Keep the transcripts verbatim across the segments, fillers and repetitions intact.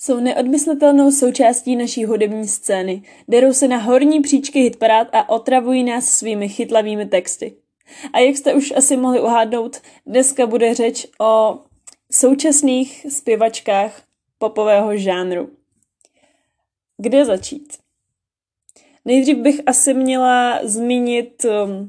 Jsou neodmyslitelnou součástí naší hudební scény. Derou se na horní příčky hitparád a otravují nás svými chytlavými texty. A jak jste už asi mohli uhádnout, dneska bude řeč o současných zpěvačkách popového žánru. Kde začít? Nejdřív bych asi měla zmínit um,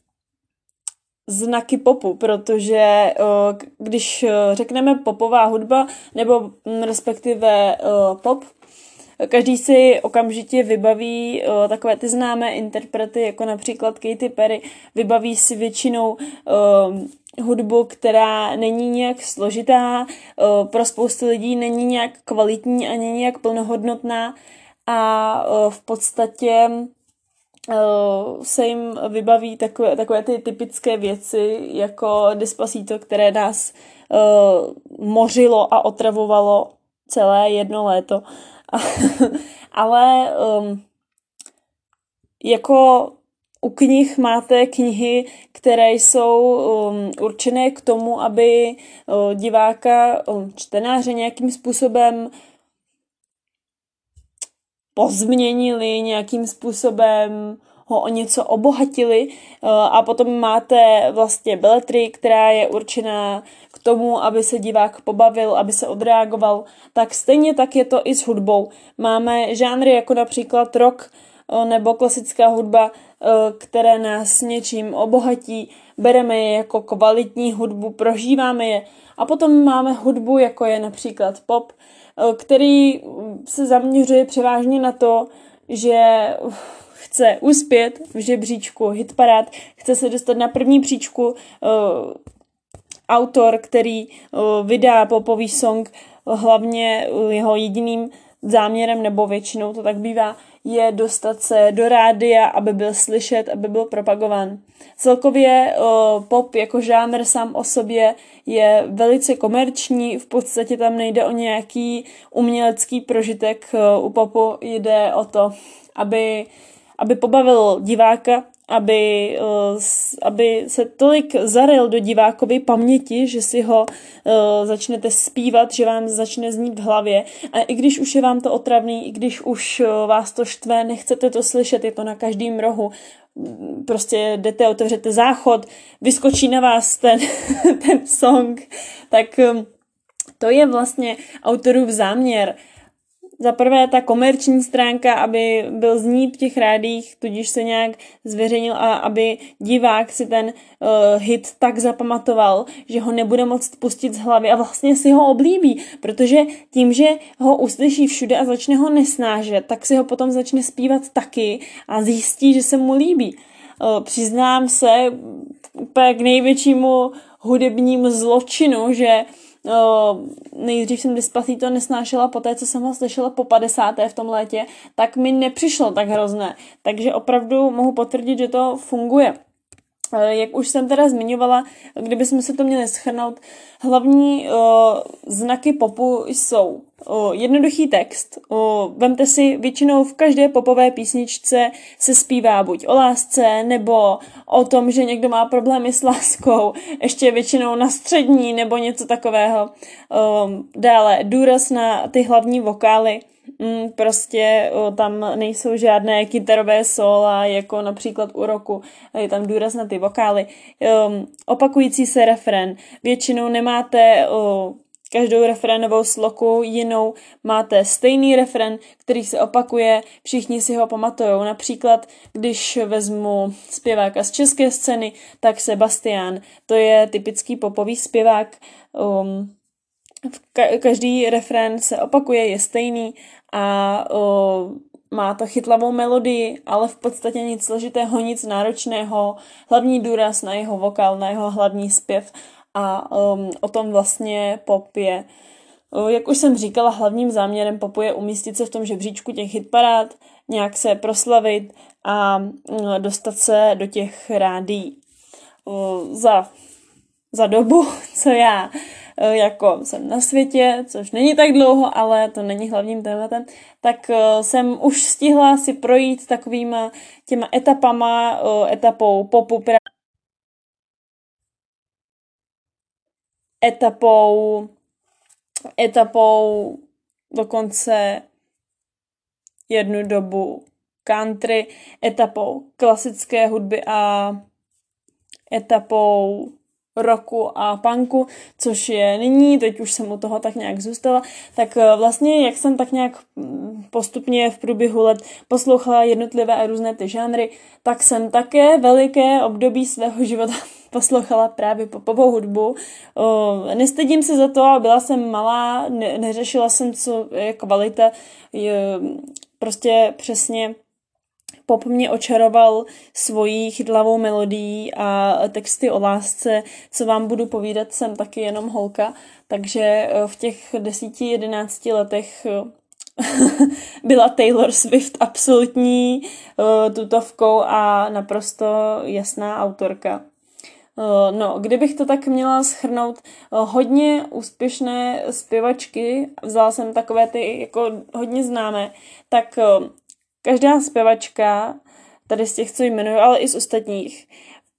znaky popu, protože uh, když řekneme popová hudba, nebo um, respektive uh, pop, každý si okamžitě vybaví uh, takové ty známé interprety, jako například Katy Perry, vybaví si většinou uh, hudbu, která není nějak složitá, uh, pro spoustu lidí není nějak kvalitní ani nějak plnohodnotná a uh, v podstatě uh, se jim vybaví takové, takové ty typické věci, jako Despacito, které nás uh, mořilo a otravovalo celé jedno léto. Ale um, jako u knih máte knihy, které jsou um, určené k tomu, aby uh, diváka, um, čtenáře nějakým způsobem pozměnili, nějakým způsobem ho o něco obohatili, uh, a potom máte vlastně beletrii, která je určená k tomu, aby se divák pobavil, aby se odreagoval. Tak stejně tak je to i s hudbou. Máme žánry jako například rock uh, nebo klasická hudba, uh, které nás něčím obohatí, bereme je jako kvalitní hudbu, prožíváme je. A potom máme hudbu, jako je například pop, uh, který se zaměřuje převážně na to, že uh, chce uspět v žebříčku hitparád, chce se dostat na první příčku. Uh, autor, který uh, vydá popový song, hlavně uh, jeho jediným záměrem, nebo většinou to tak bývá, je dostat se do rádia, aby byl slyšet, aby byl propagován. Celkově uh, pop jako žánr sám o sobě je velice komerční, v podstatě tam nejde o nějaký umělecký prožitek. Uh, u popu jde o to, aby aby pobavil diváka, aby, uh, aby se tolik zaryl do divákovy paměti, že si ho uh, začnete zpívat, že vám začne znít v hlavě. A i když už je vám to otravný, i když už uh, vás to štve, nechcete to slyšet, je to na každém rohu, prostě jdete, otevřete záchod, vyskočí na vás ten, ten song, tak um, to je vlastně autorův záměr. Za prvé ta komerční stránka, aby byl znít v těch rádiích, tudíž se nějak zveřejnil a aby divák si ten uh, hit tak zapamatoval, že ho nebude moct pustit z hlavy a vlastně si ho oblíbí, protože tím, že ho uslyší všude a začne ho nesnážet, tak si ho potom začne zpívat taky a zjistí, že se mu líbí. Uh, přiznám se úplně k největšímu hudebnímu zločinu, že Uh, nejdřív jsem Despacito nesnášela, poté co jsem ho slyšela po padesáté v tom létě, tak mi nepřišlo tak hrozné. Takže opravdu mohu potvrdit, že to funguje. Uh, jak už jsem teda zmiňovala, kdybychom se to měli shrnout, hlavní uh, znaky popu jsou uh, jednoduchý text. Uh, vemte si, většinou v každé popové písničce se zpívá buď o lásce, nebo o tom, že někdo má problémy s láskou, ještě většinou na střední, nebo něco takového. Uh, dále důraz na ty hlavní vokály. Mm, prostě o, tam nejsou žádné kytarové sóla, jako například u rocku, je tam důraz na ty vokály. Um, opakující se refrén. Většinou nemáte o, každou refrénovou sloku jinou, máte stejný refrén, který se opakuje, všichni si ho pamatujou. Například, když vezmu zpěváka z české scény, tak Sebastián, to je typický popový zpěvák. Um, Každý refrén se opakuje, je stejný a o, má to chytlavou melodii, ale v podstatě nic složitého, nic náročného, hlavní důraz na jeho vokál, na jeho hlavní zpěv a um, o tom vlastně pop je. O, jak už jsem říkala, hlavním záměrem popu je umístit se v tom žebříčku těch hitparád, nějak se proslavit a um, dostat se do těch rádií. O, za, za dobu, co já jako jsem na světě, což není tak dlouho, ale to není hlavním tématem, tak jsem už stihla si projít takovýma těma etapama, etapou popu, etapou, etapou dokonce jednu dobu country, etapou klasické hudby a etapou rocku a punku, což je nyní, teď už jsem u toho tak nějak zůstala, tak vlastně, jak jsem tak nějak postupně v průběhu let poslouchala jednotlivé a různé ty žánry, tak jsem také veliké období svého života poslouchala právě popovou hudbu. O, nestydím se za to, a byla jsem malá, ne, neřešila jsem, co je kvalita, je, prostě přesně pop mě očaroval svojí chytlavou melodií a texty o lásce. Co vám budu povídat, jsem taky jenom holka, takže v těch desíti, jedenácti letech byla Taylor Swift absolutní uh, tutovkou a naprosto jasná autorka. Uh, no, kdybych to tak měla shrnout, uh, hodně úspěšné zpěvačky, vzala jsem takové ty jako hodně známé, tak uh, každá zpěvačka, tady z těch, co jmenuju, ale i z ostatních,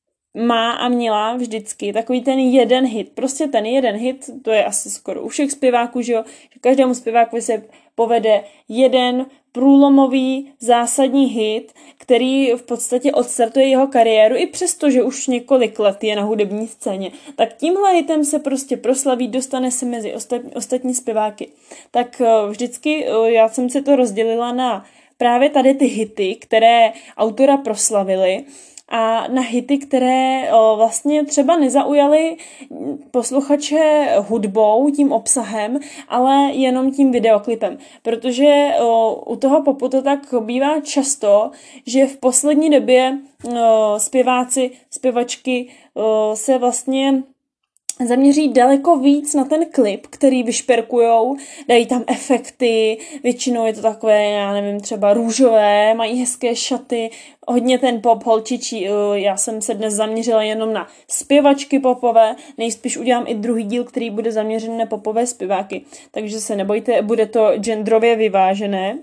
má a měla vždycky takový ten jeden hit. Prostě ten jeden hit, to je asi skoro u všech zpěváků, že jo, že každému zpěvákovi se povede jeden průlomový zásadní hit, který v podstatě odstartuje jeho kariéru, i přesto, že už několik let je na hudební scéně. Tak tímhle hitem se prostě proslaví, dostane se mezi ostatní, ostatní zpěváky. Tak vždycky já jsem si to rozdělila na právě tady ty hity, které autora proslavily, a na hity, které o, vlastně třeba nezaujaly posluchače hudbou, tím obsahem, ale jenom tím videoklipem. Protože o, u toho popu to tak bývá často, že v poslední době o, zpěváci, zpěvačky o, se vlastně zaměří daleko víc na ten klip, který vyšperkujou, dají tam efekty, většinou je to takové, já nevím, třeba růžové, mají hezké šaty, hodně ten pop holčičí. Já jsem se dnes zaměřila jenom na zpěvačky popové, nejspíš udělám i druhý díl, který bude zaměřen na popové zpěváky, takže se nebojte, bude to genderově vyvážené,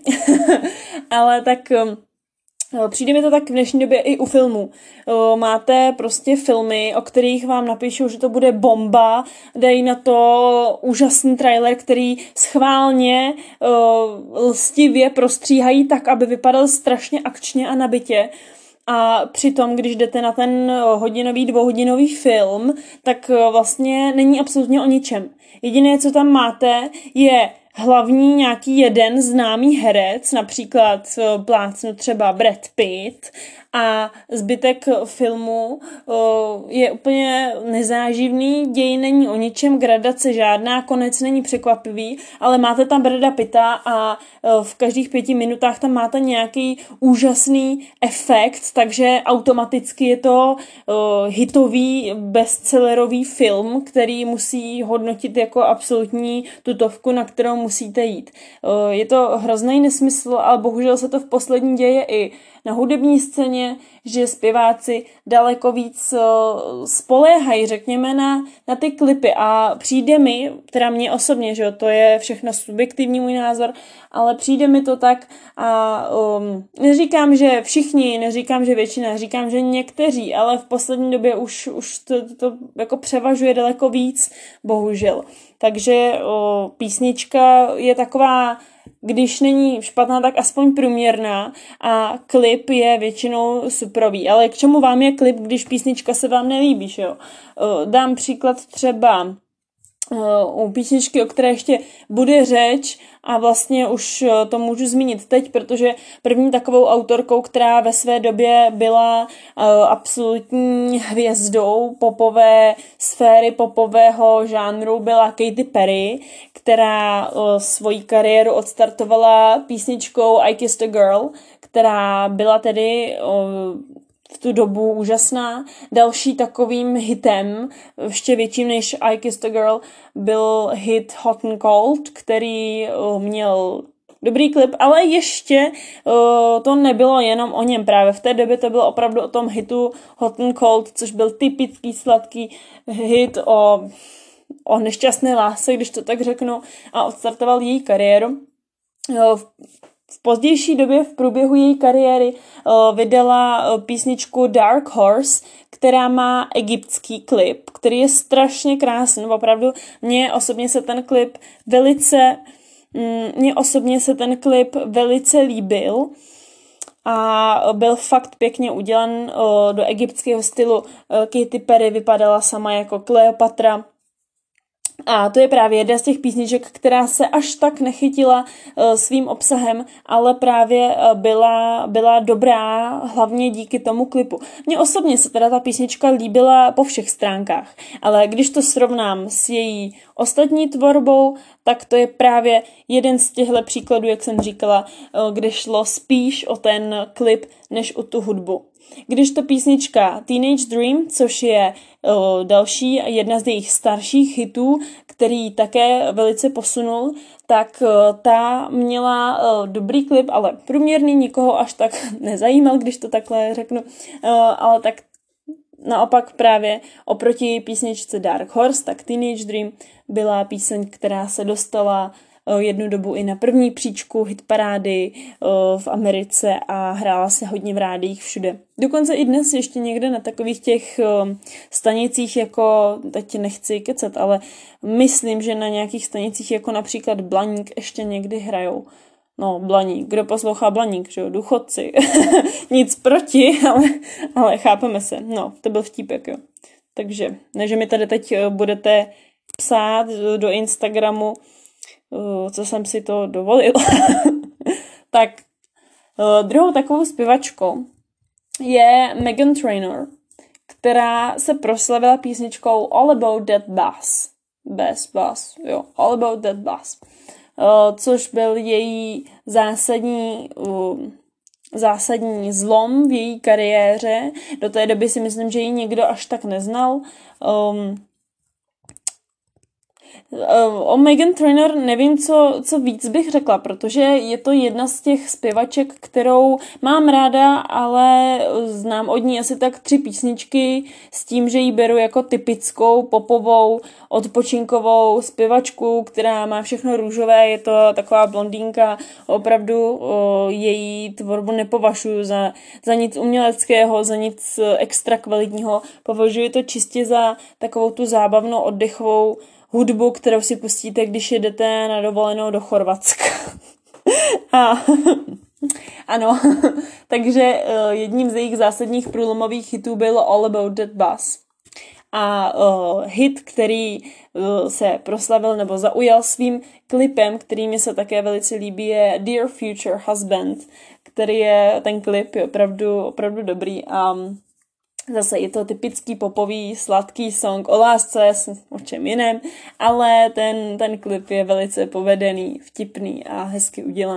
ale tak přijde mi to tak v dnešní době i u filmů. Máte prostě filmy, o kterých vám napíšou, že to bude bomba, dají na to úžasný trailer, který schválně lstivě prostříhají tak, aby vypadal strašně akčně a nabitě. A přitom, když jdete na ten hodinový, dvouhodinový film, tak vlastně není absolutně o ničem. Jediné, co tam máte, je hlavní nějaký jeden známý herec, například plácnu třeba Brad Pitt, a zbytek filmu je úplně nezáživný, děj není o ničem, gradace žádná, konec není překvapivý, ale máte tam Brada Pitta a v každých pěti minutách tam máte nějaký úžasný efekt, takže automaticky je to hitový, bestsellerový film, který musí hodnotit jako absolutní tutovku, na kterou musíte jít. Je to hrozný nesmysl, ale bohužel se to v poslední děje i na hudební scéně, že zpěváci daleko víc spoléhají, řekněme, na, na ty klipy, a přijde mi, teda mě osobně, že to je všechno subjektivní můj názor, ale přijde mi to tak, a um, neříkám, že všichni, neříkám, že většina, říkám, že někteří, ale v poslední době už, už to, to, to jako převažuje daleko víc, bohužel. Takže o, písnička je taková, když není špatná, tak aspoň průměrná, a klip je většinou suprový. Ale k čemu vám je klip, když písnička se vám nelíbí, že jo? Dám příklad třeba u písničky, o které ještě bude řeč, a vlastně už to můžu zmínit teď, protože první takovou autorkou, která ve své době byla absolutní hvězdou popové sféry, popového žánru, byla Katy Perry, která svoji kariéru odstartovala písničkou I Kissed a Girl, která byla tedy v tu dobu úžasná. Další takovým hitem, ještě větším než I Kissed a Girl, byl hit Hot and Cold, který měl dobrý klip, ale ještě to nebylo jenom o něm. Právě v té době to bylo opravdu o tom hitu Hot and Cold, což byl typický sladký hit o, o nešťastné lásce, když to tak řeknu, a odstartoval její kariéru. V pozdější době v průběhu její kariéry uh, vydala uh, písničku Dark Horse, která má egyptský klip, který je strašně krásný. Opravdu mně osobně se ten klip velice Mně osobně se ten klip velice líbil a byl fakt pěkně udělan do egyptského stylu. Katy Perry vypadala sama jako Kleopatra. A to je právě jedna z těch písniček, která se až tak nechytila uh, svým obsahem, ale právě uh, byla, byla dobrá, hlavně díky tomu klipu. Mně osobně se teda ta písnička líbila po všech stránkách, ale když to srovnám s její ostatní tvorbou, tak to je právě jeden z těchto příkladů, jak jsem říkala, uh, kde šlo spíš o ten klip, než o tu hudbu. Když to písnička Teenage Dream, což je uh, další jedna z jejich starších hitů, který také velice posunul, tak uh, ta měla uh, dobrý klip, ale průměrný, nikoho až tak nezajímal, když to takhle řeknu, uh, ale tak naopak právě oproti písničce Dark Horse, tak Teenage Dream byla píseň, která se dostala jednu dobu i na první příčku hitparády v Americe a hrála se hodně v rádiích všude. Dokonce i dnes ještě někde na takových těch stanicích, jako, teď nechci kecat, ale myslím, že na nějakých stanicích jako například Blaník ještě někdy hrajou. No, Blaník, kdo poslouchá Blaník, že jo, důchodci. Nic proti, ale, ale chápeme se. No, to byl vtípek, jo. Takže, ne, že mi tady teď budete psát do Instagramu, co jsem si to dovolil. Tak druhou takovou zpěvačkou je Meghan Trainor, která se proslavila písničkou All About That Bass. Bass, bass, jo, All About That Bass. Což byl její zásadní, zásadní zlom v její kariéře. Do té doby si myslím, že ji nikdo až tak neznal. Um, O Meghan Trainor nevím, co, co víc bych řekla, protože je to jedna z těch zpěvaček, kterou mám ráda, ale znám od ní asi tak tři písničky s tím, že ji beru jako typickou popovou, odpočinkovou zpěvačku, která má všechno růžové, je to taková blondýnka, opravdu o, její tvorbu nepovažuji za, za nic uměleckého, za nic extra kvalitního, považuji to čistě za takovou tu zábavnou oddechovou hudbu, kterou si pustíte, když jedete na dovolenou do Chorvatska. A ano, takže jedním z jejich zásadních průlomových hitů bylo All About That Bass. A uh, hit, který uh, se proslavil nebo zaujal svým klipem, který mi se také velice líbí, je Dear Future Husband, který je, ten klip je opravdu, opravdu dobrý a zase je to typický popový, sladký song o lásce, o čem jiném, ale ten, ten klip je velice povedený, vtipný a hezky udělan.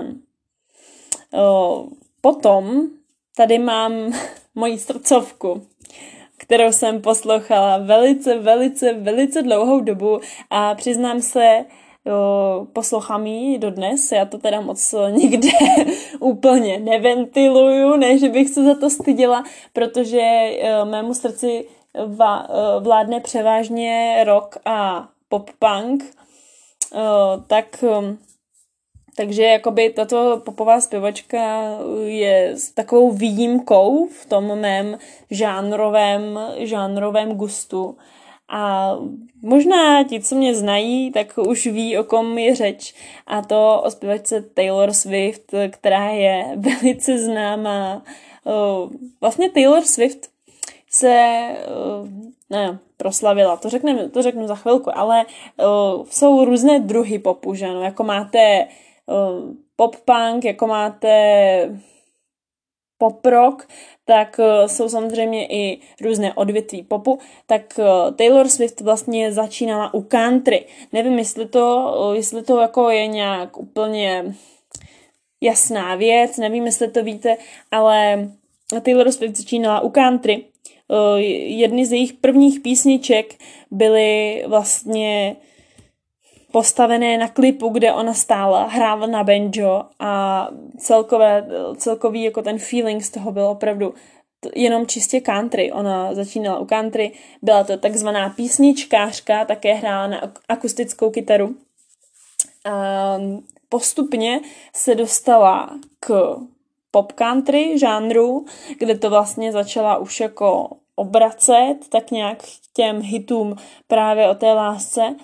O, potom tady mám moji srdcovku, kterou jsem poslouchala velice, velice, velice dlouhou dobu a přiznám se, jo, poslouchám ji dodnes, já to teda moc nikde úplně neventiluju, ne, že bych se za to styděla, protože uh, mému srdci va, uh, vládne převážně rock a pop-punk, uh, tak, um, takže jakoby tato popová zpěvačka je s takovou výjimkou v tom mém žánrovém, žánrovém gustu. A možná ti, co mě znají, tak už ví, o kom je řeč. A to o zpěvačce Taylor Swift, která je velice známá. Vlastně Taylor Swift se ne, proslavila, to, řekne, to řeknu za chvilku, ale jsou různé druhy popu, že ano? Jako máte pop-punk, jako máte pop-rock, tak uh, jsou samozřejmě i různé odvětví popu, tak uh, Taylor Swift vlastně začínala u country. Nevím, jestli to, uh, jestli to jako je nějak úplně jasná věc, nevím, jestli to víte, ale Taylor Swift začínala u country. Uh, jedny z jejich prvních písniček byly vlastně postavené na klipu, kde ona stála, hrála na banjo a celkové, celkový jako ten feeling z toho byl opravdu jenom čistě country. Ona začínala u country, byla to takzvaná písničkářka, také hrála na akustickou kytaru. A postupně se dostala k pop country žánru, kde to vlastně začala už jako obracet tak nějak k těm hitům právě o té lásce.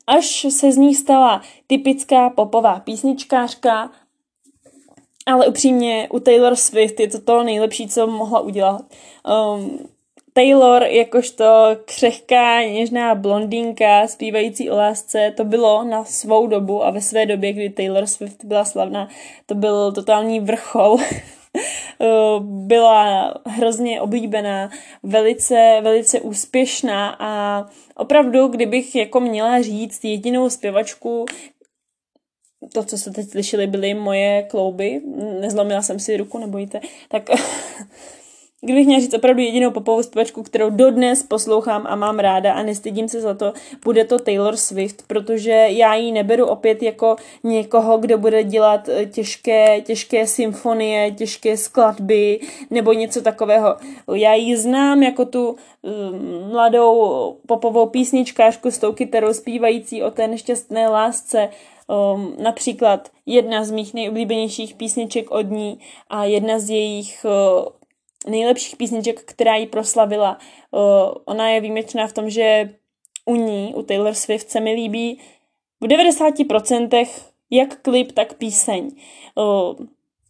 až se z ní stala typická popová písničkářka, ale upřímně u Taylor Swift je to to nejlepší, co mohla udělat. Um, Taylor, jakožto křehká, něžná blondýnka, zpívající o lásce, to bylo na svou dobu a ve své době, kdy Taylor Swift byla slavná, to byl totální vrchol. Byla hrozně oblíbená, velice, velice úspěšná a opravdu, kdybych jako měla říct jedinou zpěvačku, to, co se teď slyšeli, byly moje klouby, nezlomila jsem si ruku, nebojte, tak kdybych měla říct opravdu jedinou popovou zpěvačku, kterou dodnes poslouchám a mám ráda a nestydím se za to, bude to Taylor Swift, protože já ji neberu opět jako někoho, kdo bude dělat těžké, těžké symfonie, těžké skladby nebo něco takového. Já ji znám jako tu um, mladou popovou písničkářku s tou kytarou zpívající o té nešťastné lásce. Um, například jedna z mých nejoblíbenějších písniček od ní a jedna z jejich uh, nejlepších písniček, která ji proslavila. Uh, ona je výjimečná v tom, že u ní, u Taylor Swift, se mi líbí v devadesáti procentech jak klip, tak píseň. Uh,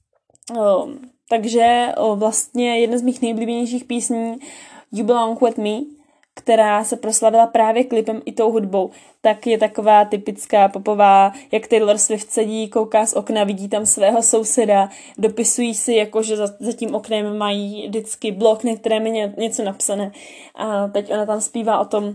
uh, takže uh, vlastně jedna z mých nejoblíbenějších písní You Belong With Me, která se proslavila právě klipem i tou hudbou, tak je taková typická popová, jak Taylor Swift sedí, kouká z okna, vidí tam svého souseda, dopisují si, jako že za, za tím oknem mají vždycky blok, na kterém je něco napsané. A teď ona tam zpívá o tom,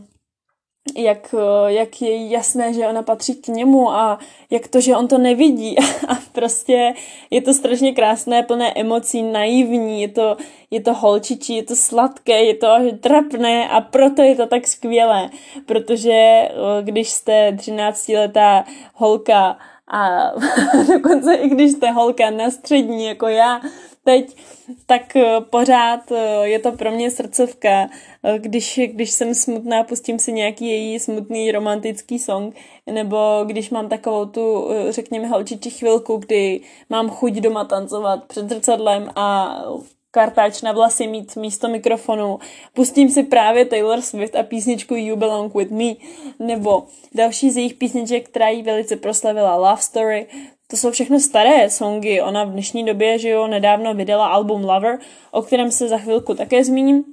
jak, jak je jasné, že ona patří k němu a jak to, že on to nevidí. A prostě je to strašně krásné, plné emocí, naivní, je to, je to holčičí, je to sladké, je to trapné a proto je to tak skvělé. Protože když jste třináctiletá holka a dokonce i když jste holka na střední jako já teď, tak pořád je to pro mě srdcovka. Když, když jsem smutná, pustím si nějaký její smutný romantický song, nebo když mám takovou tu, řekněme, holčičí chvilku, kdy mám chuť doma tancovat před zrcadlem a kartáč na vlasy mít místo mikrofonu. Pustím si právě Taylor Swift a písničku You Belong With Me, nebo další z jejich písniček, která jí velice proslavila, Love Story. To jsou všechno staré songy. Ona v dnešní době, že jo, nedávno vydala album Lover, o kterém se za chvilku také zmíním.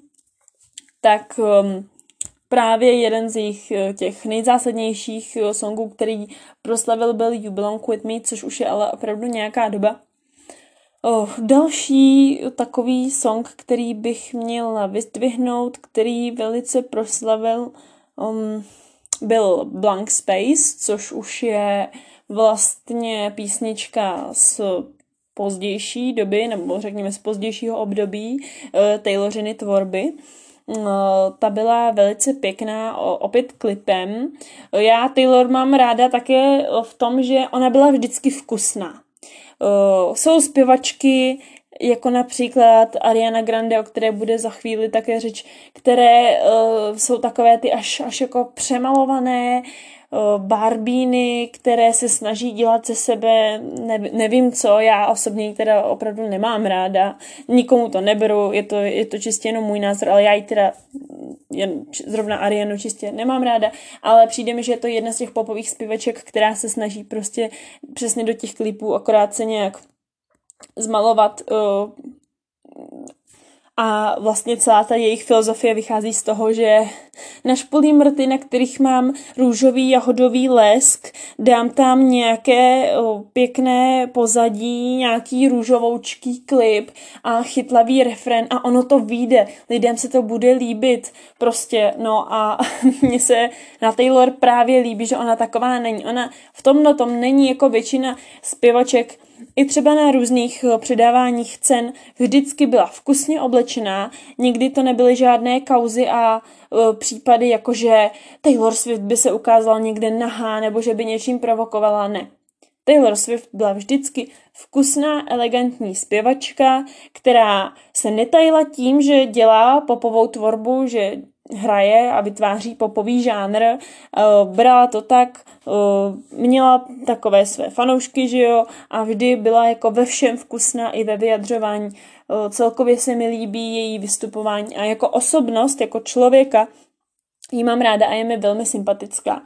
Tak um, právě jeden z jejich těch nejzásadnějších songů, který proslavil, byl You Belong With Me, což už je ale opravdu nějaká doba. Oh, další takový song, který bych měla vyzdvihnout, který velice proslavil, um, byl Blank Space, což už je vlastně písnička z pozdější doby, nebo řekněme z pozdějšího období uh, Tayloriny tvorby. Uh, ta byla velice pěkná, opět klipem. Já Taylor mám ráda také v tom, že ona byla vždycky vkusná. Uh, jsou zpěvačky, jako například Ariana Grande, o které bude za chvíli také řeč, které uh, jsou takové ty až, až jako přemalované uh, barbíny, které se snaží dělat ze sebe ne, nevím co, já osobně ji teda opravdu nemám ráda, nikomu to neberu, je to, je to čistě jenom můj názor, ale já ji teda jen zrovna Arianu čistě nemám ráda, ale přijde mi, že je to jedna z těch popových zpěvaček, která se snaží prostě přesně do těch klipů akorát se nějak zmalovat uh, a vlastně celá ta jejich filozofie vychází z toho, že našpulím rty, na kterých mám růžový jahodový lesk, dám tam nějaké uh, pěkné pozadí, nějaký růžovoučký klip a chytlavý refrén a ono to vyjde, lidem se to bude líbit prostě, no a mně se na Taylor právě líbí, že ona taková není, ona v tomhle tom není jako většina zpěvaček. I třeba na různých předáváních cen vždycky byla vkusně oblečená, nikdy to nebyly žádné kauzy a uh, případy, jakože Taylor Swift by se ukázala někde nahá nebo že by něčím provokovala, ne. Taylor Swift byla vždycky vkusná, elegantní zpěvačka, která se netajila tím, že dělá popovou tvorbu, že hraje a vytváří popový žánr, uh, brala to tak, uh, měla takové své fanoušky, že jo, a vždy byla jako ve všem vkusná i ve vyjadřování. Uh, celkově se mi líbí její vystupování a jako osobnost, jako člověka, ji mám ráda a je mi velmi sympatická.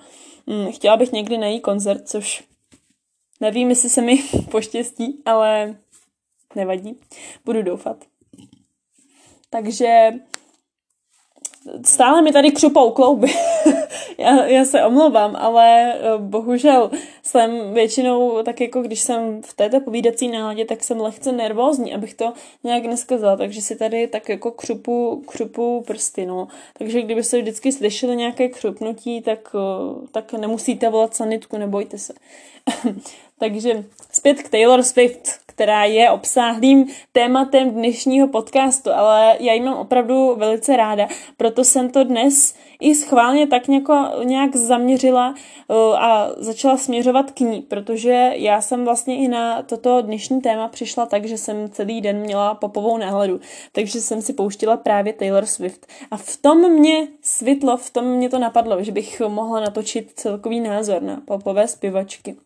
Mm, chtěla bych někdy na její koncert, což nevím, jestli se mi poštěstí, ale nevadí. Budu doufat. Takže stále mi tady křupou klouby. já, já se omlouvám, ale bohužel jsem většinou, tak jako když jsem v této povídací náladě, tak jsem lehce nervózní, abych to nějak neskazala, takže si tady tak jako křupu, křupu prsty, no. Takže kdybyste vždycky slyšeli nějaké křupnutí, tak, tak nemusíte volat sanitku, nebojte se. Takže zpět k Taylor Swift, která je obsáhlým tématem dnešního podcastu, ale já ji mám opravdu velice ráda, proto jsem to dnes i schválně tak nějako, nějak zaměřila a začala směřovat k ní, protože já jsem vlastně i na toto dnešní téma přišla tak, že jsem celý den měla popovou náladu, takže jsem si pouštila právě Taylor Swift. A v tom mě svitlo, v tom mě to napadlo, že bych mohla natočit celkový názor na popové zpěvačky.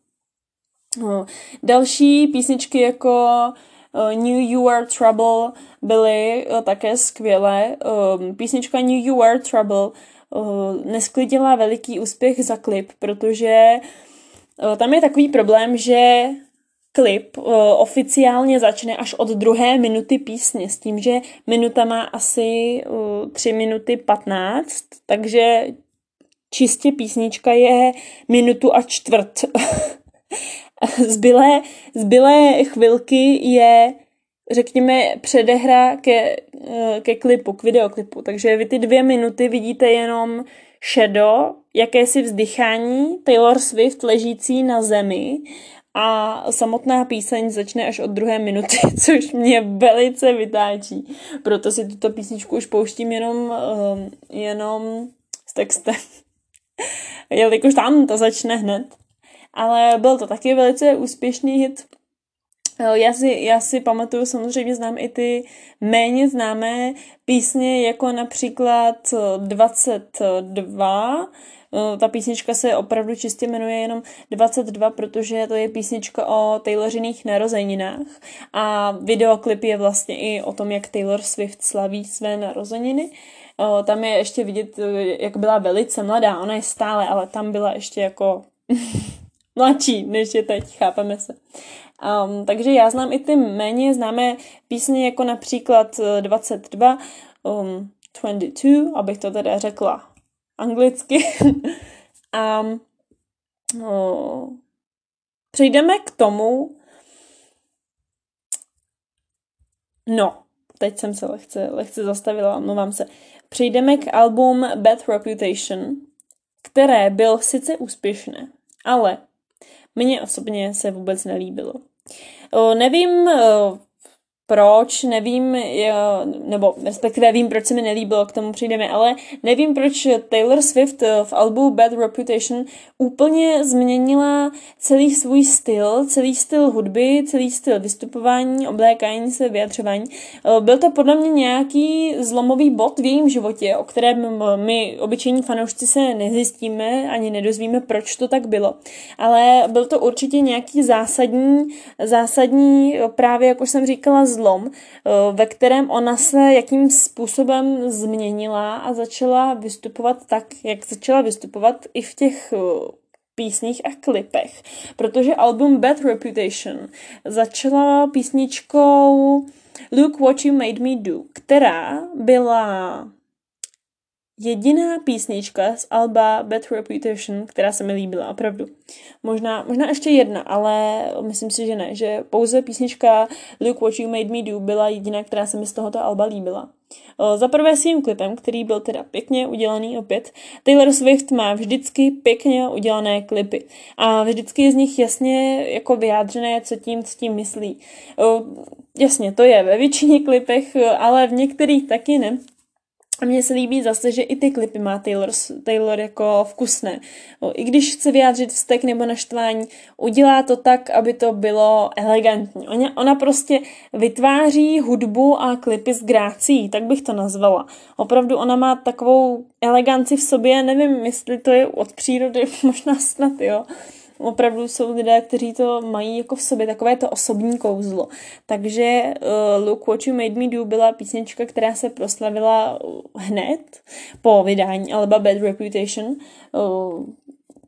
Další písničky jako Knew You Were Trouble byly také skvělé. Písnička Knew You Were Trouble nesklidila veliký úspěch za klip, protože tam je takový problém, že klip oficiálně začne až od druhé minuty písně, s tím, že minuta má asi tři minuty patnáct, takže čistě písnička je minutu a čtvrt. Zbylé, zbylé chvilky je, řekněme, předehra ke, ke klipu, k videoklipu. Takže vy ty dvě minuty vidíte jenom shadow, jakési vzdychání, Taylor Swift ležící na zemi a samotná píseň začne až od druhé minuty, což mě velice vytáčí. Proto si tuto písničku už pouštím jenom, jenom s textem. Jelikož tam to začne hned. Ale byl to taky velice úspěšný hit. Já si, já si pamatuju, samozřejmě znám i ty méně známé písně, jako například dvacet dva. Ta písnička se opravdu čistě jmenuje jenom dvacet dva, protože to je písnička o Tayloriných narozeninách. A videoklip je vlastně i o tom, jak Taylor Swift slaví své narozeniny. Tam je ještě vidět, jak byla velice mladá. Ona je stále, ale tam byla ještě jako mladší, než je teď, chápeme se. Um, takže já znám i ty méně známé písně, jako například dvacet dva, um, dvacet dva, abych to teda řekla anglicky. A um, přejdeme k tomu, no, teď jsem se lehce, lehce zastavila, omlouvám se. Přejdeme k album Bad Reputation, které bylo sice úspěšné, ale mně osobně se vůbec nelíbilo. O, nevím o, proč, nevím, jo, nebo respektive vím, proč se mi nelíbilo, k tomu přijdeme, ale nevím, proč Taylor Swift v albu Bad Reputation úplně změnila celý svůj styl, celý styl hudby, celý styl vystupování, oblékání se, vyjadřování. Byl to podle mě nějaký zlomový bod v jejím životě, o kterém my, obyčejní fanoušci, se nezjistíme, ani nedozvíme, proč to tak bylo. Ale byl to určitě nějaký zásadní, zásadní právě, jak už jsem říkala, zlom, ve kterém ona se jakým způsobem změnila a začala vystupovat tak, jak začala vystupovat i v těch písních a klipech. Protože album Bad Reputation začala písničkou Look What You Made Me Do, která byla jediná písnička z alba Bad Reputation, která se mi líbila, opravdu. Možná, možná ještě jedna, ale myslím si, že ne, že pouze písnička Look What You Made Me Do byla jediná, která se mi z tohoto alba líbila. Za prvé svým klipem, který byl teda pěkně udělaný opět. Taylor Swift má vždycky pěkně udělané klipy a vždycky je z nich jasně jako vyjádřené, co tím, co tím myslí. Jasně, to je ve většině klipech, ale v některých taky ne. A mně se líbí zase, že i ty klipy má Taylor, Taylor jako vkusné. I když chce vyjádřit vztek nebo naštvání, udělá to tak, aby to bylo elegantní. Ona, ona prostě vytváří hudbu a klipy s grácií, tak bych to nazvala. Opravdu ona má takovou eleganci v sobě, nevím, jestli to je od přírody, možná snad, jo. Opravdu jsou lidé, kteří to mají jako v sobě, takové to osobní kouzlo. Takže uh, Look What You Made Me Do byla písnička, která se proslavila hned po vydání alba Bad Reputation. Uh,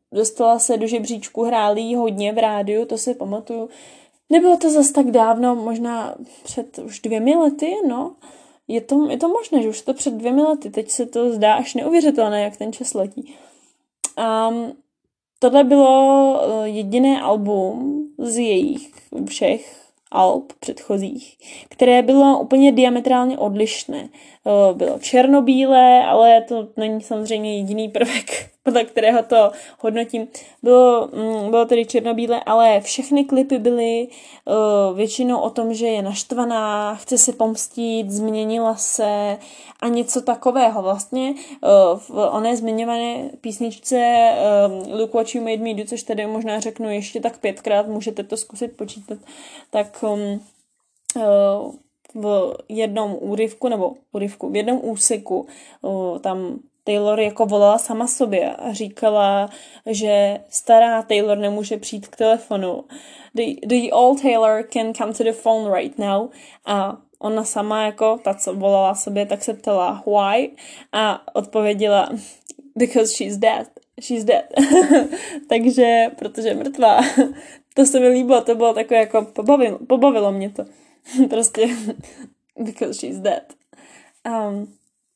dostala se do žebříčku, hráli jí hodně v rádiu, to si pamatuju. Nebylo to zas tak dávno, možná před už dvěmi lety, no. Je to, je to možné, že už to před dvěmi lety, teď se to zdá až neuvěřitelné, jak ten čas letí. Um, tohle bylo jediné album z jejich všech alb předchozích, které bylo úplně diametrálně odlišné. Bylo černobílé, ale to není samozřejmě jediný prvek, podle kterého to hodnotím. Bylo, bylo tedy černobílé, ale všechny klipy byly uh, většinou o tom, že je naštvaná, chce se pomstít, změnila se a něco takového. Vlastně uh, v oné zmiňované písničce uh, Look What You Made Me Do, což tady možná řeknu ještě tak pětkrát, můžete to zkusit počítat, tak um, uh, v jednom úryvku, nebo úryvku, v jednom úseku uh, tam Taylor jako volala sama sobě a říkala, že stará Taylor nemůže přijít k telefonu. The, the old Taylor can come to the phone right now. A ona sama jako, ta, co volala sobě, tak se ptala why a odpověděla because she's dead. She's dead. Takže, protože je mrtvá. To se mi líbilo, to bylo takové jako, pobavilo, pobavilo mě to. Prostě because she's dead. Um,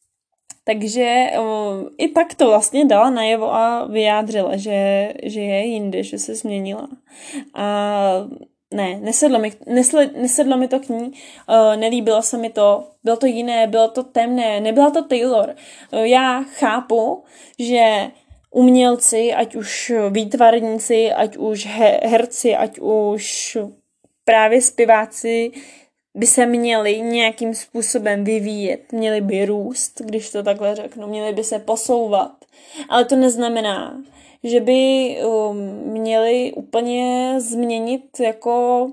takže um, i tak to vlastně dala najevo a vyjádřila, že, že je jinde, že se změnila. A ne, nesedlo mi, nesle, nesedlo mi to k ní, uh, nelíbilo se mi to, bylo to jiné, bylo to temné, nebyla to Taylor. Uh, já chápu, že umělci, ať už výtvarníci, ať už he, herci, ať už právě zpěváci, by se měli nějakým způsobem vyvíjet, měli by růst, když to takhle řeknu, měli by se posouvat. Ale to neznamená, že by um, měli úplně změnit jako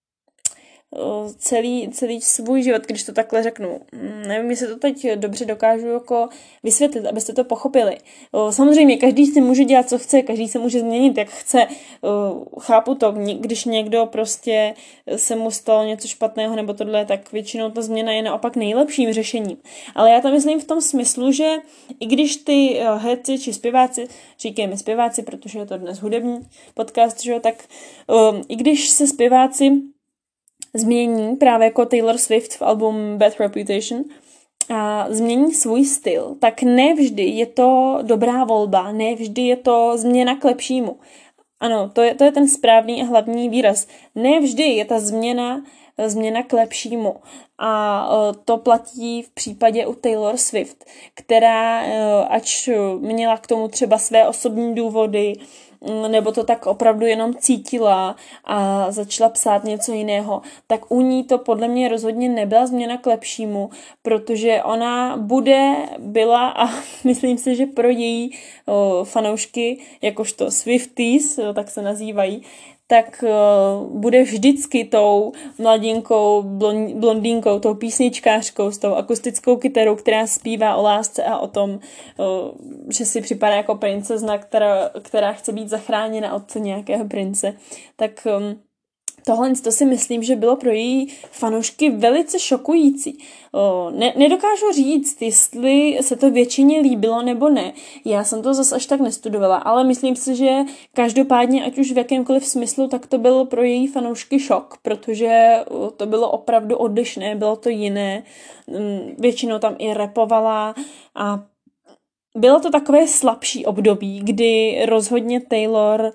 uh, celý, celý svůj život, když to takhle řeknu. Nevím, jestli to teď dobře dokážu jako vysvětlit, abyste to pochopili. Uh, samozřejmě, každý si může dělat, co chce, každý se může změnit, jak chce. Uh, chápu to, když někdo prostě se mu stalo něco špatného nebo tohle, tak většinou ta změna je naopak nejlepším řešením. Ale já to myslím v tom smyslu, že i když ty herci či zpěváci, říkejme zpěváci, protože je to dnes hudební podcast, že jo, tak um, i když se zpěváci změní, právě jako Taylor Swift v album Bad Reputation, a změní svůj styl, tak nevždy je to dobrá volba, nevždy je to změna k lepšímu. Ano, to je, to je ten správný a hlavní výraz. Nevždy je ta změna, změna k lepšímu. A to platí v případě u Taylor Swift, která, ač měla k tomu třeba své osobní důvody, nebo to tak opravdu jenom cítila a začala psát něco jiného, tak u ní to podle mě rozhodně nebyla změna k lepšímu, protože ona bude, byla a myslím si, že pro její o, fanoušky, jakožto Swifties, o, tak se nazývají, tak uh, bude vždycky tou mladinkou, blondýnkou, tou písničkářkou s tou akustickou kytarou, která zpívá o lásce a o tom, uh, že si připadá jako princezna, která, která chce být zachráněna od nějakého prince. Tak um, tohle to si myslím, že bylo pro její fanoušky velice šokující. O, ne, nedokážu říct, jestli se to většině líbilo nebo ne. Já jsem to zase až tak nestudovala, ale myslím si, že každopádně, ať už v jakémkoliv smyslu, tak to byl pro její fanoušky šok, protože to bylo opravdu odlišné, bylo to jiné. Většinou tam i rapovala a bylo to takové slabší období, kdy rozhodně Taylor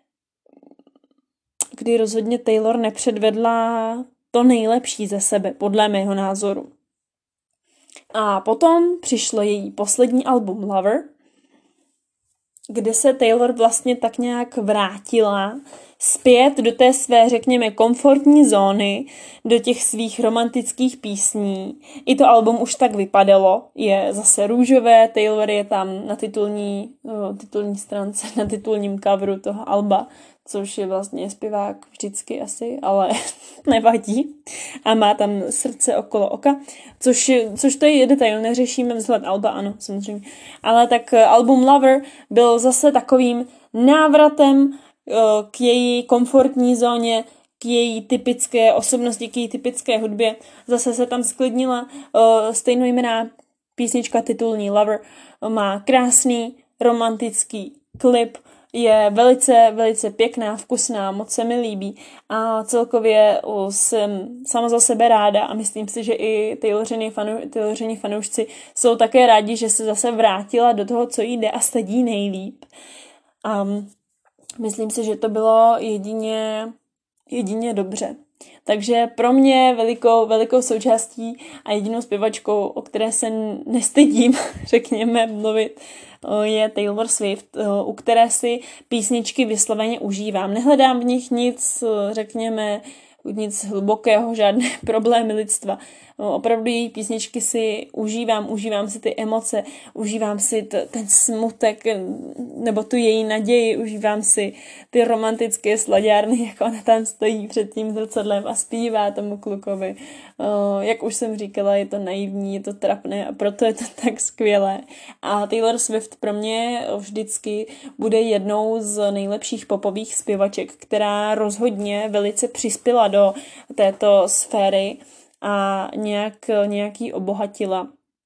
kdy rozhodně Taylor nepředvedla to nejlepší ze sebe, podle mého názoru. A potom přišlo její poslední album Lover, kde se Taylor vlastně tak nějak vrátila zpět do té své, řekněme, komfortní zóny, do těch svých romantických písní. I to album už tak vypadalo, je zase růžové, Taylor je tam na titulní, no, titulní stránce, na titulním coveru toho alba, což je vlastně zpěvák vždycky asi, ale nevadí. A má tam srdce okolo oka, což, což to je detail, neřešíme vzhled alba, ano, samozřejmě. Ale tak album Lover byl zase takovým návratem k její komfortní zóně, k její typické osobnosti, k její typické hudbě. Zase se tam sklidnila, stejnojmenná písnička titulní Lover má krásný romantický klip, je velice, velice pěkná, vkusná, moc se mi líbí a celkově jsem sama za sebe ráda a myslím si, že i Taylořini fanu, Taylořini fanoušci jsou také rádi, že se zase vrátila do toho, co jí jde a sedí nejlíp. A myslím si, že to bylo jedině, jedině dobře. Takže pro mě velikou, velikou součástí a jedinou zpěvačkou, o které se nestydím, řekněme, mluvit, je Taylor Swift, u které si písničky vysloveně užívám. Nehledám v nich nic, řekněme, nic hlubokého, žádné problémy lidstva. Opravdu její písničky si užívám, užívám si ty emoce, užívám si t- ten smutek nebo tu její naději, užívám si ty romantické slaďárny, jak ona tam stojí před tím zrcadlem a zpívá tomu klukovi. Jak už jsem říkala, je to naivní, je to trapné a proto je to tak skvělé. A Taylor Swift pro mě vždycky bude jednou z nejlepších popových zpěvaček, která rozhodně velice přispěla do této sféry a nějak, nějaký obohatila.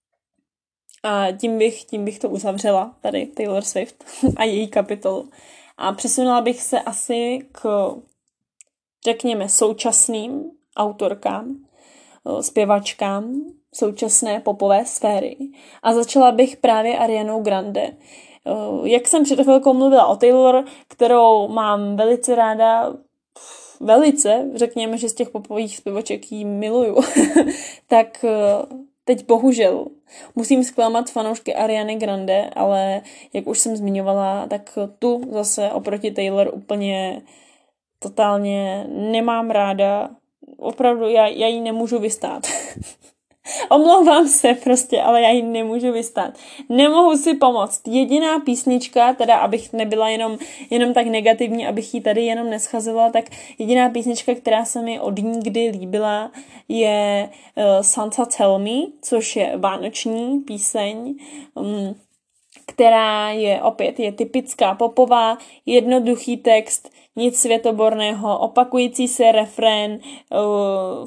A tím bych, tím bych to uzavřela, tady Taylor Swift a její kapitolu. A přesunula bych se asi k, řekněme, současným autorkám, zpěvačkám současné popové sféry. A začala bych právě Arianou Grande. Jak jsem před chvilkou mluvila o Taylor, kterou mám velice ráda, velice, řekněme, že z těch popových zpěvaček jí miluju, tak teď bohužel musím zklamat fanoušky Ariany Grande, ale jak už jsem zmiňovala, tak tu zase oproti Taylor úplně totálně nemám ráda. Opravdu já, já jí nemůžu vystát. Omlouvám se prostě, ale já jí nemůžu vystát. Nemohu si pomoct. Jediná písnička, teda abych nebyla jenom, jenom tak negativní, abych ji tady jenom neschazila, tak jediná písnička, která se mi od ní kdy líbila, je uh, Santa Tell Me, což je vánoční píseň, um, která je opět je typická popová, jednoduchý text, nic světoborného, opakující se refrén, uh,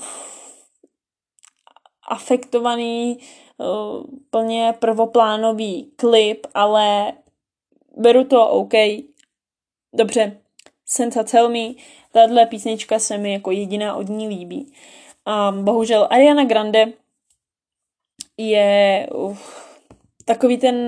afektovaný, uh, plně prvoplánový klip, ale beru to OK. Dobře, Santa Tell Me, tahle písnička se mi jako jediná od ní líbí. A bohužel Ariana Grande je uh, takový ten...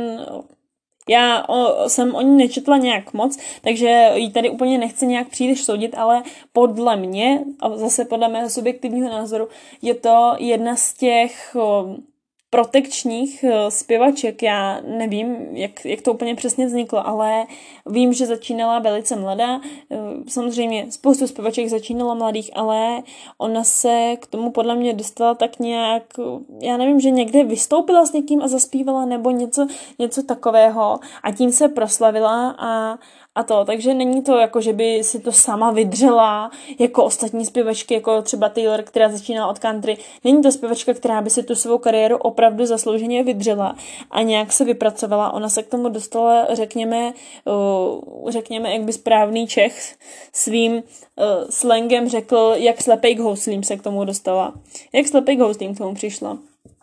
Já o, jsem o ní nečetla nějak moc, takže ji tady úplně nechci nějak příliš soudit, ale podle mě, a zase podle mého subjektivního názoru, je to jedna z těch o, protekčních o, zpěvaček. Já nevím, jak, jak to úplně přesně vzniklo, ale vím, že začínala velice mladá. Samozřejmě spoustu zpěvaček začínala mladých, ale ona se k tomu podle mě dostala tak nějak, já nevím, že někde vystoupila s někým a zaspívala nebo něco, něco takového a tím se proslavila a a to, takže není to jako, že by si to sama vydřela jako ostatní zpěvačky, jako třeba Taylor, která začínala od country. Není to zpěvačka, která by si tu svou kariéru opravdu zaslouženě vydřela a nějak se vypracovala. Ona se k tomu dostala, řekněme, řekněme, jak by správný Čech svým slangem řekl, jak slepej k houslím se k tomu dostala. Jak slepej k houslím k tomu přišla.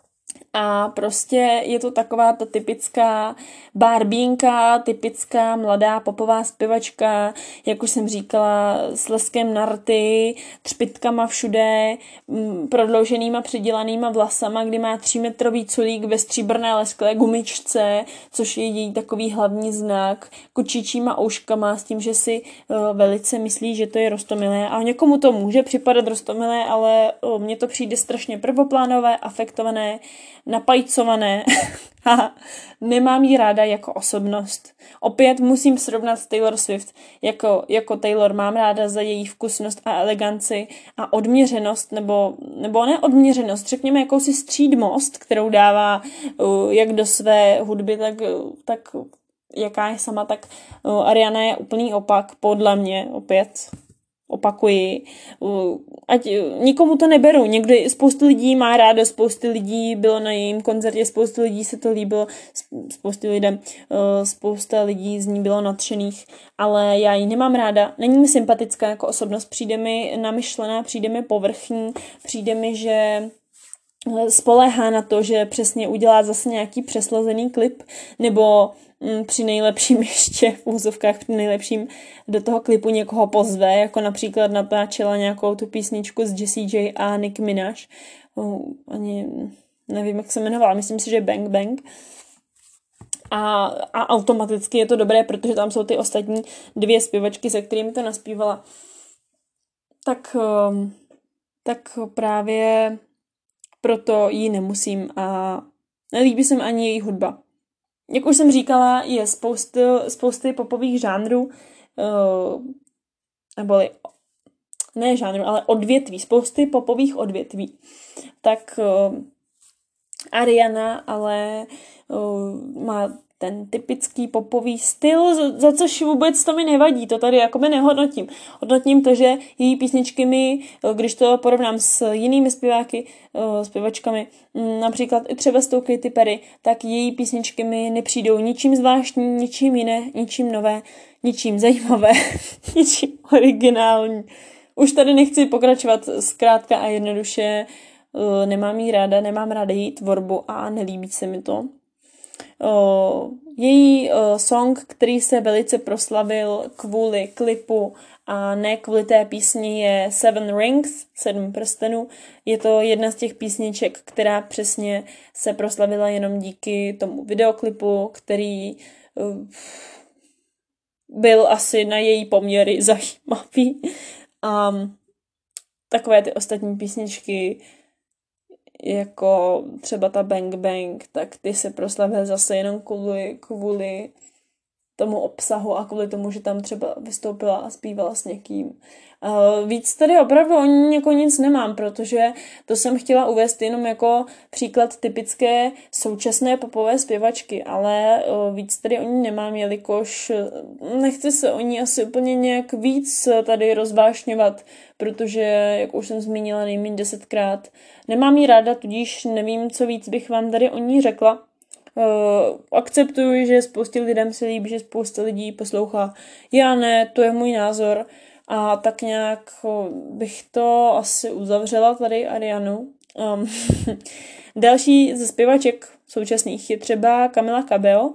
A prostě je to taková ta typická barbínka, typická mladá popová zpěvačka, jak už jsem říkala, s leskem na rty, třpitkama všude, prodlouženýma přidělanýma vlasama, kdy má třímetrový culík ve stříbrné lesklé gumičce, což je její takový hlavní znak, kočičíma ouškama s tím, že si uh, velice myslí, že to je roztomilé. A někomu to může připadat roztomilé, ale uh, mně to přijde strašně prvoplánové, afektované, napajcované. Nemám ji ráda jako osobnost. Opět musím srovnat Taylor Swift. Jako, jako Taylor mám ráda za její vkusnost a eleganci a odměřenost, nebo, nebo ne odměřenost, řekněme jakousi střídmost, kterou dává uh, jak do své hudby, tak, uh, tak jaká je sama, tak uh, Ariana je úplný opak, podle mě opět. Opakuji, ať nikomu to neberu, někdy spoustu lidí má rádo, spoustu lidí bylo na jejím koncertě, spoustu lidí se to líbilo, spoustu lidem, spousta lidí z ní bylo nadšených, ale já ji nemám ráda, není mi sympatická jako osobnost, přijde mi namyšlená, přijde mi povrchní, přijde mi, že spoléhá na to, že přesně udělá zase nějaký přeslazený klip, nebo mm, při nejlepším ještě v úzovkách, při nejlepším do toho klipu někoho pozve, jako například natáčela nějakou tu písničku s Jessie J a Nicki Minaj. Uh, ani nevím, jak se jmenovala, myslím si, že Bang Bang. A, a automaticky je to dobré, protože tam jsou ty ostatní dvě zpěvačky, se kterými to naspívala. Tak, um, tak právě proto ji nemusím a nelíbí se mi ani její hudba. Jak už jsem říkala, je spousty, spousty popových žánrů, uh, neboli ne žánrů, ale odvětví, spousty popových odvětví. Tak uh, Ariana ale uh, má ten typický popový styl, za, za což vůbec to mi nevadí, to tady jakoby nehodnotím. Hodnotím to, že její písničky mi, když to porovnám s jinými zpěváky, zpěvačkami, například i třeba s tou Katy Perry, tak její písničky mi nepřijdou ničím zvláštní, ničím jiné, ničím nové, ničím zajímavé, ničím originální. Už tady nechci pokračovat zkrátka a jednoduše, nemám jí ráda, nemám ráda její tvorbu a nelíbí se mi to. Uh, její uh, song, který se velice proslavil kvůli klipu a ne kvůli té písni, je Seven Rings, sedm prstenů. Je to jedna z těch písniček, která přesně se proslavila jenom díky tomu videoklipu, který uh, byl asi na její poměry zajímavý. Um, takové ty ostatní písničky jako třeba ta Bang Bang, tak ty se proslavily zase jenom kvůli, kvůli tomu obsahu a kvůli tomu, že tam třeba vystoupila a zpívala s někým. Uh, víc tady opravdu o ní jako nic nemám, protože to jsem chtěla uvést jenom jako příklad typické současné popové zpěvačky, ale uh, víc tady o ní nemám, jelikož nechci se o ní asi úplně nějak víc tady rozvášňovat, protože, jak už jsem zmínila nejméně desetkrát, nemám jí ráda, tudíž nevím, co víc bych vám tady o ní řekla. Uh, akceptuji, že spoustě lidem se líbí, že spousta lidí poslouchá. Já ne, to je můj názor. A tak nějak uh, bych to asi uzavřela tady Arianu. Um, další ze zpěvaček současných je třeba Camila Cabello,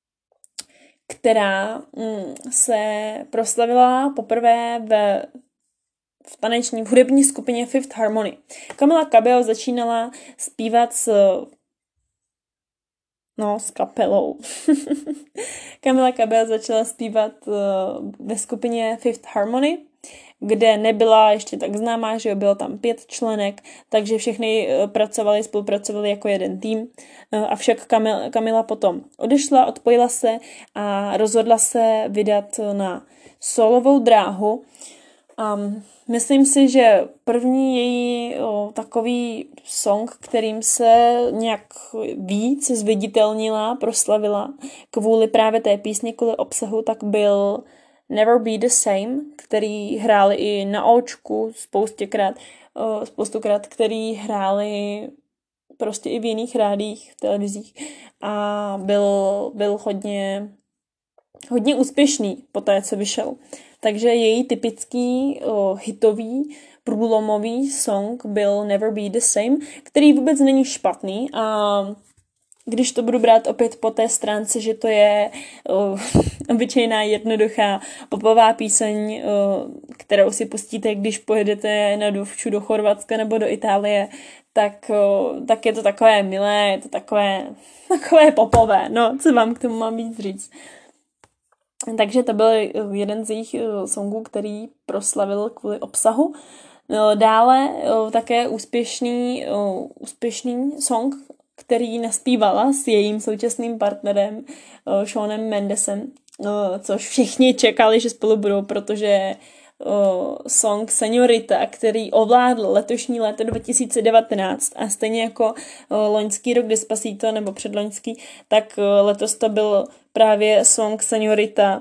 která mm, se proslavila poprvé ve v taneční v hudební skupině Fifth Harmony. Camila Cabello začínala zpívat s No, s kapelou. Camila Cabello začala zpívat uh, ve skupině Fifth Harmony, kde nebyla ještě tak známá, že bylo tam pět členek, takže všechny uh, pracovali, spolupracovali jako jeden tým. Uh, avšak Camila, Camila potom odešla, odpojila se a rozhodla se vydat na solovou dráhu. Um, myslím si, že první její o, takový song, kterým se nějak víc zviditelnila, proslavila kvůli právě té písni, kvůli obsahu, tak byl Never Be The Same, který hráli i na Očku spoustěkrát, o, spoustukrát, který hráli prostě i v jiných rádích, v televizích a byl, byl hodně, hodně úspěšný po té, co vyšel. Takže její typický uh, hitový, průlomový song byl Never Be The Same, který vůbec není špatný a když to budu brát opět po té stránce, že to je uh, obyčejná, jednoduchá popová píseň, uh, kterou si pustíte, když pojedete na dovču do Chorvatska nebo do Itálie, tak, uh, tak je to takové milé, je to takové, takové popové. No, co vám k tomu mám víc říct? Takže to byl jeden z jejich songů, který proslavil kvůli obsahu. Dále také úspěšný, úspěšný song, který naspívala s jejím současným partnerem Shawonem Mendesem, což všichni čekali, že spolu budou, protože song Señorita, který ovládl letošní léto dva tisíce devatenáct a stejně jako loňský rok Despacito nebo předloňský, tak letos to byl právě song Señorita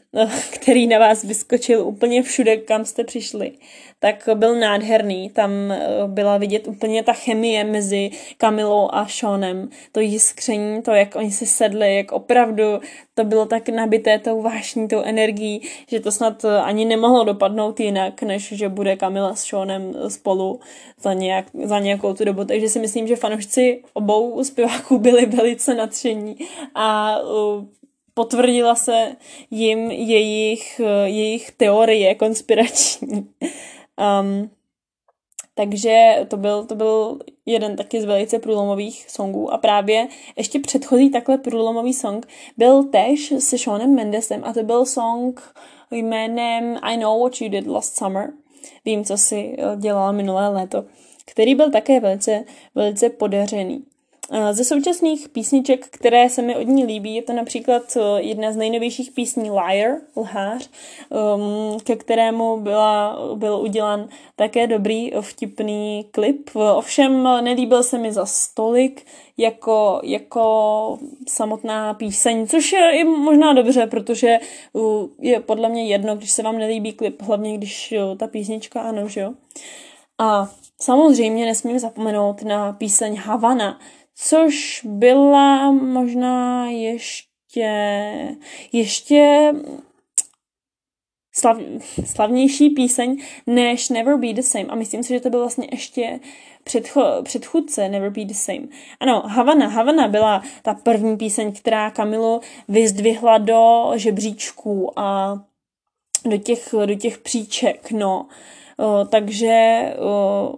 který na vás vyskočil úplně všude, kam jste přišli, tak byl nádherný. Tam byla vidět úplně ta chemie mezi Camillou a Seanem. To jiskření, to, jak oni si sedli, jak opravdu to bylo tak nabité tou vášní, tou energií, že to snad ani nemohlo dopadnout jinak, než že bude Camilla s Seanem spolu za, nějak, za nějakou tu dobu. Takže si myslím, že fanoušci obou zpěváků byli velice nadšení a uh, potvrdila se jim jejich, jejich teorie konspirační. Um, takže to byl, to byl jeden taky z velice průlomových songů a právě ještě předchozí takhle průlomový song byl též se Shawonem Mendesem a to byl song jménem I Know What You Did Last Summer. Vím, co si dělala minulé léto, který byl také velice, velice podařený. Ze současných písniček, které se mi od ní líbí, je to například jedna z nejnovějších písní Liar, lhář, ke kterému byla, byl udělan také dobrý vtipný klip. Ovšem nelíbil se mi za stolik jako, jako samotná píseň, což je i možná dobře, protože je podle mě jedno, když se vám nelíbí klip, hlavně když ta písnička ano, že jo. A samozřejmě nesmím zapomenout na píseň Havana, což byla možná ještě, ještě slav, slavnější píseň než Never Be The Same. A myslím si, že to byl vlastně ještě předcho, předchůdce Never Be The Same. Ano, Havana. Havana byla ta první píseň, která Camilu vyzdvihla do žebříčků a do těch, do těch příček, no. O, takže... O,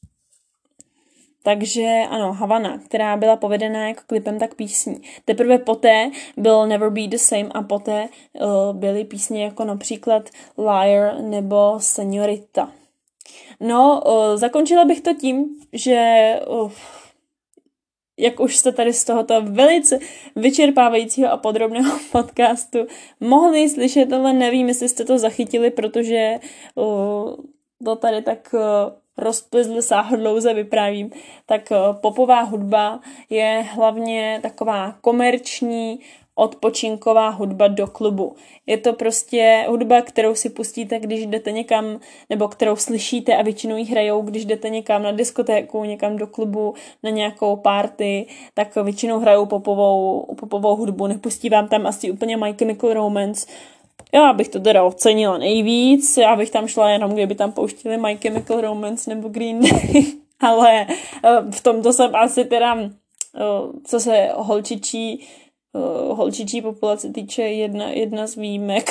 Takže ano, Havana, která byla povedená jako klipem, tak písní. Teprve poté byl Never Be The Same a poté uh, byly písně jako například Liar nebo Señorita. No, uh, zakončila bych to tím, že uh, jak už jste tady z tohoto velice vyčerpávajícího a podrobného podcastu mohli slyšet, ale nevím, jestli jste to zachytili, protože uh, to tady tak... Uh, rozplizli sáhodlouze vyprávím, tak popová hudba je hlavně taková komerční, odpočinková hudba do klubu. Je to prostě hudba, kterou si pustíte, když jdete někam, nebo kterou slyšíte a většinou ji hrajou, když jdete někam na diskotéku, někam do klubu, na nějakou party, tak většinou hrajou popovou, popovou hudbu. Nepustí vám tam asi úplně My Chemical Romance. Já bych to teda ocenila nejvíc, já bych tam šla jenom, kdyby tam pouštili My Chemical Romance nebo Green Day, ale v tomto jsem asi teda, co se holčičí, holčičí populace týče, jedna, jedna z výjimek,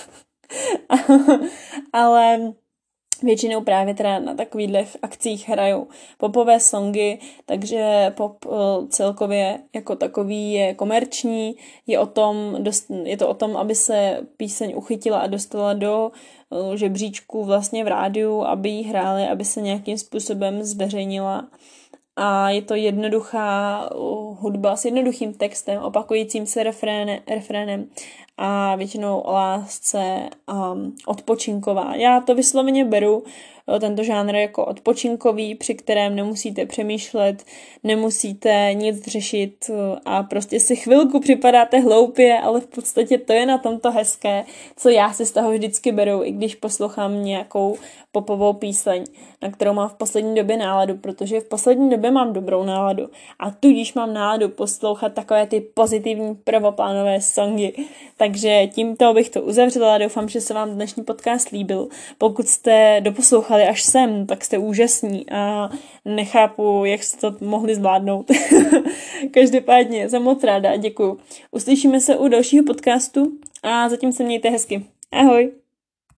ale většinou právě teda na takových akcích hrajou popové songy, takže pop celkově jako takový je komerční, je, o tom, je to o tom, aby se píseň uchytila a dostala do žebříčku vlastně v rádiu, aby ji hráli, aby se nějakým způsobem zveřejnila. A je to jednoduchá hudba s jednoduchým textem, opakujícím se refréne, refrénem a většinou o lásce um, odpočinková. Já to vysloveně beru, tento žánr jako odpočinkový, při kterém nemusíte přemýšlet, nemusíte nic řešit a prostě si chvilku připadáte hloupě, ale v podstatě to je na tomto hezké, co já si z toho vždycky beru, i když poslouchám nějakou popovou píseň, na kterou mám v poslední době náladu, protože v poslední době mám dobrou náladu a tudíž mám náladu poslouchat takové ty pozitivní prvoplánové songy. Takže tímto bych to uzavřela, doufám, že se vám dnešní podcast líbil. Pokud jste doposlouchali až sem, tak jste úžasní a nechápu, jak jste to mohli zvládnout. Každopádně jsem moc ráda a děkuju. Uslyšíme se u dalšího podcastu a zatím se mějte hezky. Ahoj!